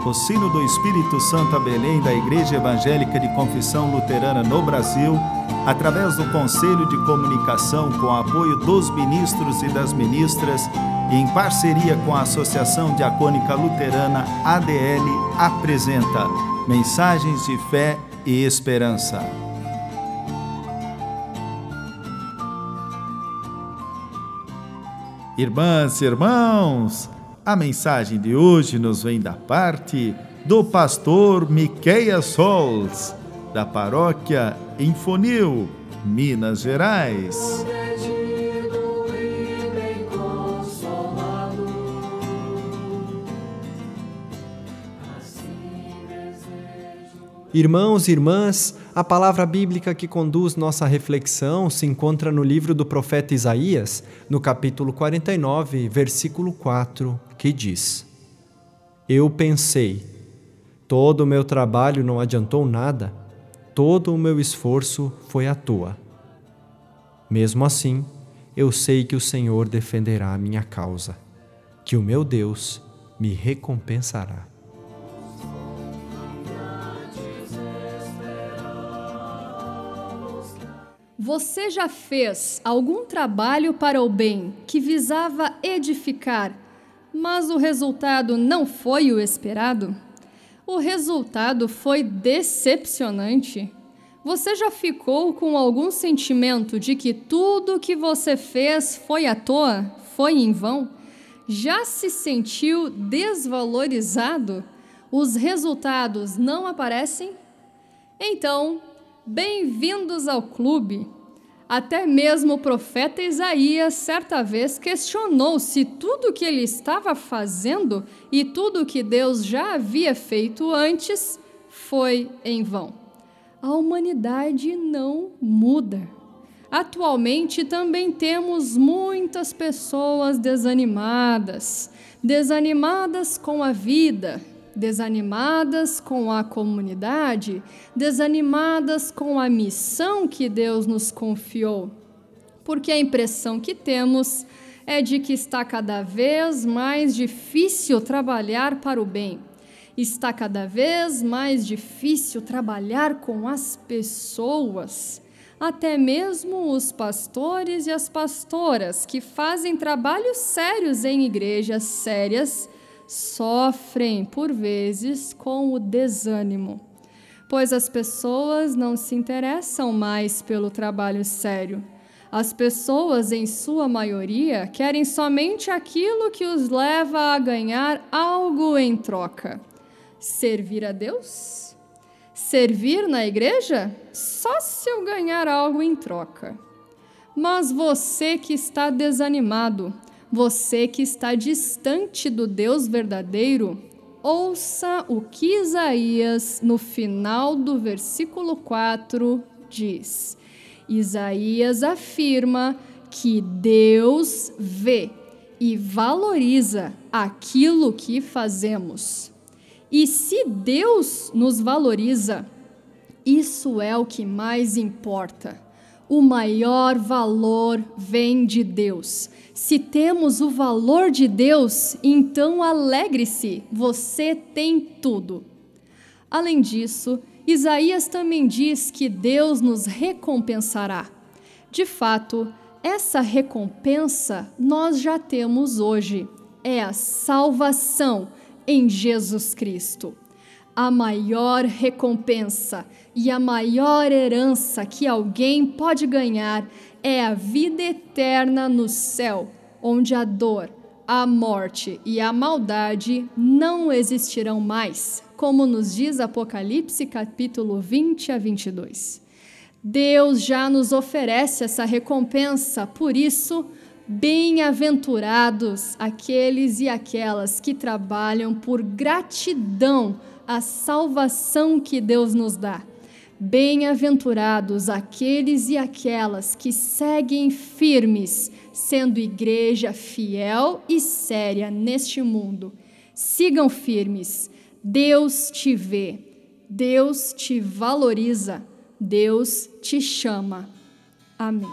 o Sino do Espírito Santo a Belém da Igreja Evangélica de Confissão Luterana no Brasil, através do Conselho de Comunicação com o apoio dos ministros e das ministras e em parceria com a Associação Diacônica Luterana ADL, apresenta Mensagens de Fé e Esperança. Irmãs e irmãos, a mensagem de hoje nos vem da parte do pastor Miqueias Sols, da paróquia Infonil, Minas Gerais. Irmãos e irmãs, a palavra bíblica que conduz nossa reflexão se encontra no livro do profeta Isaías, no capítulo 49, versículo 4, que diz: Eu pensei, todo o meu trabalho não adiantou nada, todo o meu esforço foi à toa. Mesmo assim, eu sei que o Senhor defenderá a minha causa, que o meu Deus me recompensará. Você já fez algum trabalho para o bem que visava edificar, mas o resultado não foi o esperado? O resultado foi decepcionante. Você já ficou com algum sentimento de que tudo que você fez foi à toa, foi em vão? Já se sentiu desvalorizado? Os resultados não aparecem? Então, bem-vindos ao clube. Até mesmo o profeta Isaías certa vez questionou se tudo o que ele estava fazendo e tudo o que Deus já havia feito antes foi em vão. A humanidade não muda. Atualmente também temos muitas pessoas desanimadas com a vida, desanimadas com a comunidade, desanimadas com a missão que Deus nos confiou, porque a impressão que temos é de que está cada vez mais difícil trabalhar para o bem, está cada vez mais difícil trabalhar com as pessoas. Até mesmo os pastores e as pastoras que fazem trabalhos sérios em igrejas sérias sofrem, por vezes, com o desânimo, pois as pessoas não se interessam mais pelo trabalho sério. As pessoas, em sua maioria, querem somente aquilo que os leva a ganhar algo em troca. Servir a Deus? Servir na igreja? Só se eu ganhar algo em troca. Mas você que está desanimado, você que está distante do Deus verdadeiro, ouça o que Isaías, no final do versículo 4, diz. Isaías afirma que Deus vê e valoriza aquilo que fazemos. E se Deus nos valoriza, isso é o que mais importa. O maior valor vem de Deus. Se temos o valor de Deus, então alegre-se, você tem tudo. Além disso, Isaías também diz que Deus nos recompensará. De fato, essa recompensa nós já temos hoje. É a salvação em Jesus Cristo. A maior recompensa e a maior herança que alguém pode ganhar é a vida eterna no céu, onde a dor, a morte e a maldade não existirão mais, como nos diz Apocalipse capítulo 20 a 22. Deus já nos oferece essa recompensa, por isso, bem-aventurados aqueles e aquelas que trabalham por gratidão à salvação que Deus nos dá. Bem-aventurados aqueles e aquelas que seguem firmes, sendo igreja fiel e séria neste mundo. Sigam firmes. Deus te vê, Deus te valoriza, Deus te chama. Amém.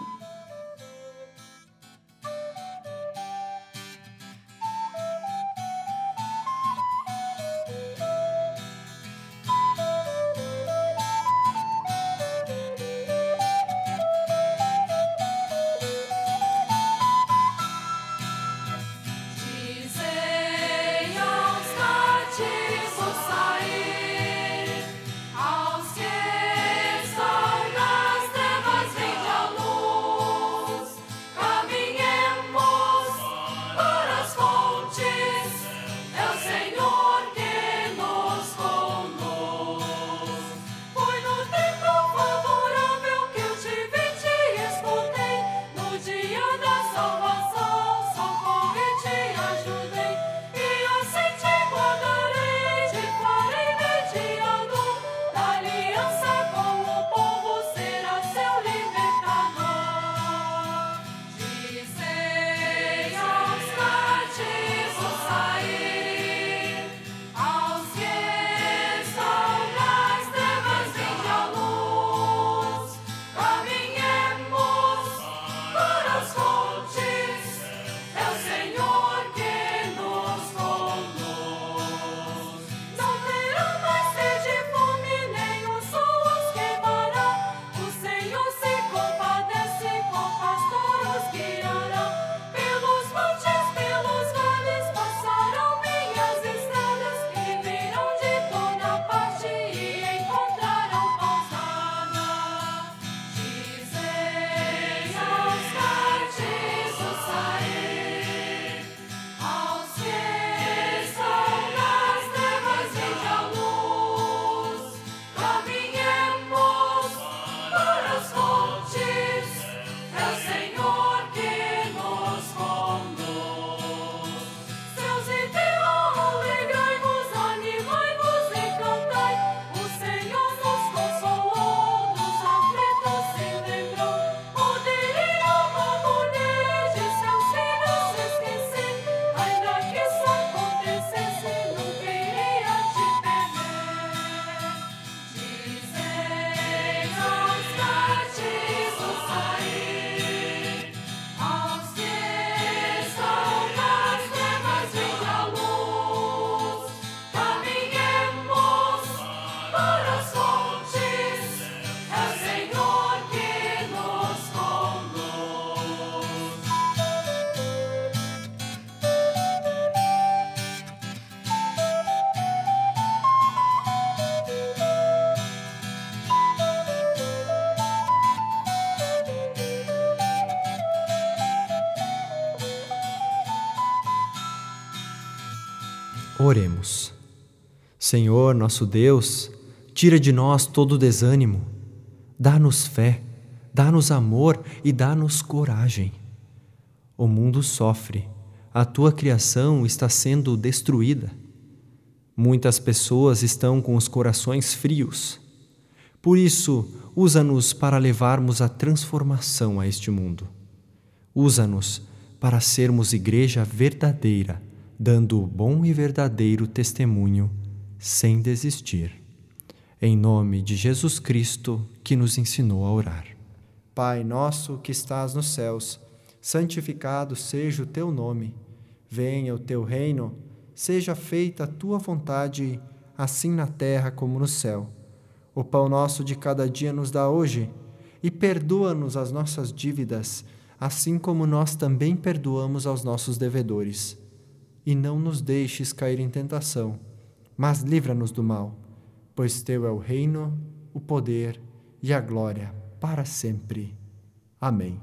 Oremos. Senhor, nosso Deus, tira de nós todo desânimo, dá-nos fé, dá-nos amor e dá-nos coragem. O mundo sofre, a tua criação está sendo destruída. Muitas pessoas estão com os corações frios. Por isso, usa-nos para levarmos a transformação a este mundo. Usa-nos para sermos igreja verdadeira, dando o bom e verdadeiro testemunho, sem desistir. Em nome de Jesus Cristo, que nos ensinou a orar. Pai nosso que estás nos céus, santificado seja o teu nome. Venha o teu reino, seja feita a tua vontade, assim na terra como no céu. O pão nosso de cada dia nos dá hoje, e perdoa-nos as nossas dívidas, assim como nós também perdoamos aos nossos devedores. E não nos deixes cair em tentação, mas livra-nos do mal, pois teu é o reino, o poder e a glória para sempre. Amém.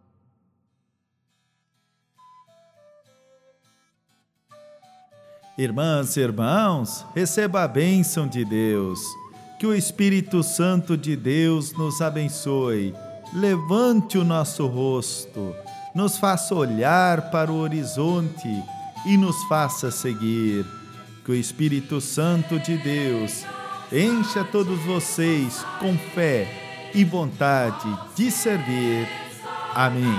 Irmãs e irmãos, receba a bênção de Deus. Que o Espírito Santo de Deus nos abençoe, levante o nosso rosto, nos faça olhar para o horizonte e nos faça seguir. Que o Espírito Santo de Deus encha todos vocês com fé e vontade de servir. Amém.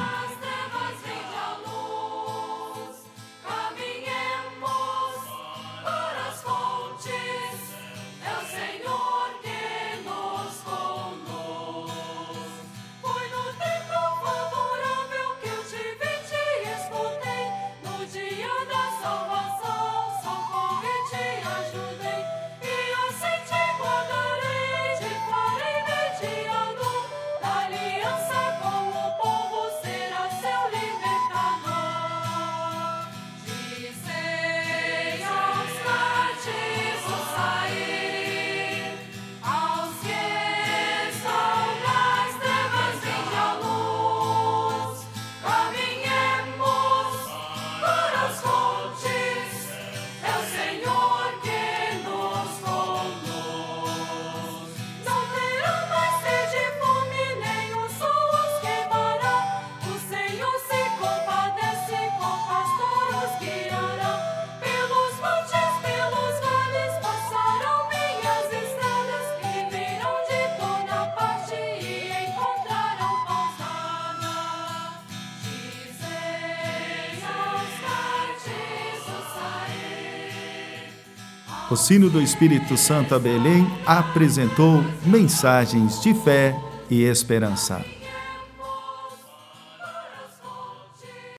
O Sino do Espírito Santo a Belém apresentou mensagens de fé e esperança.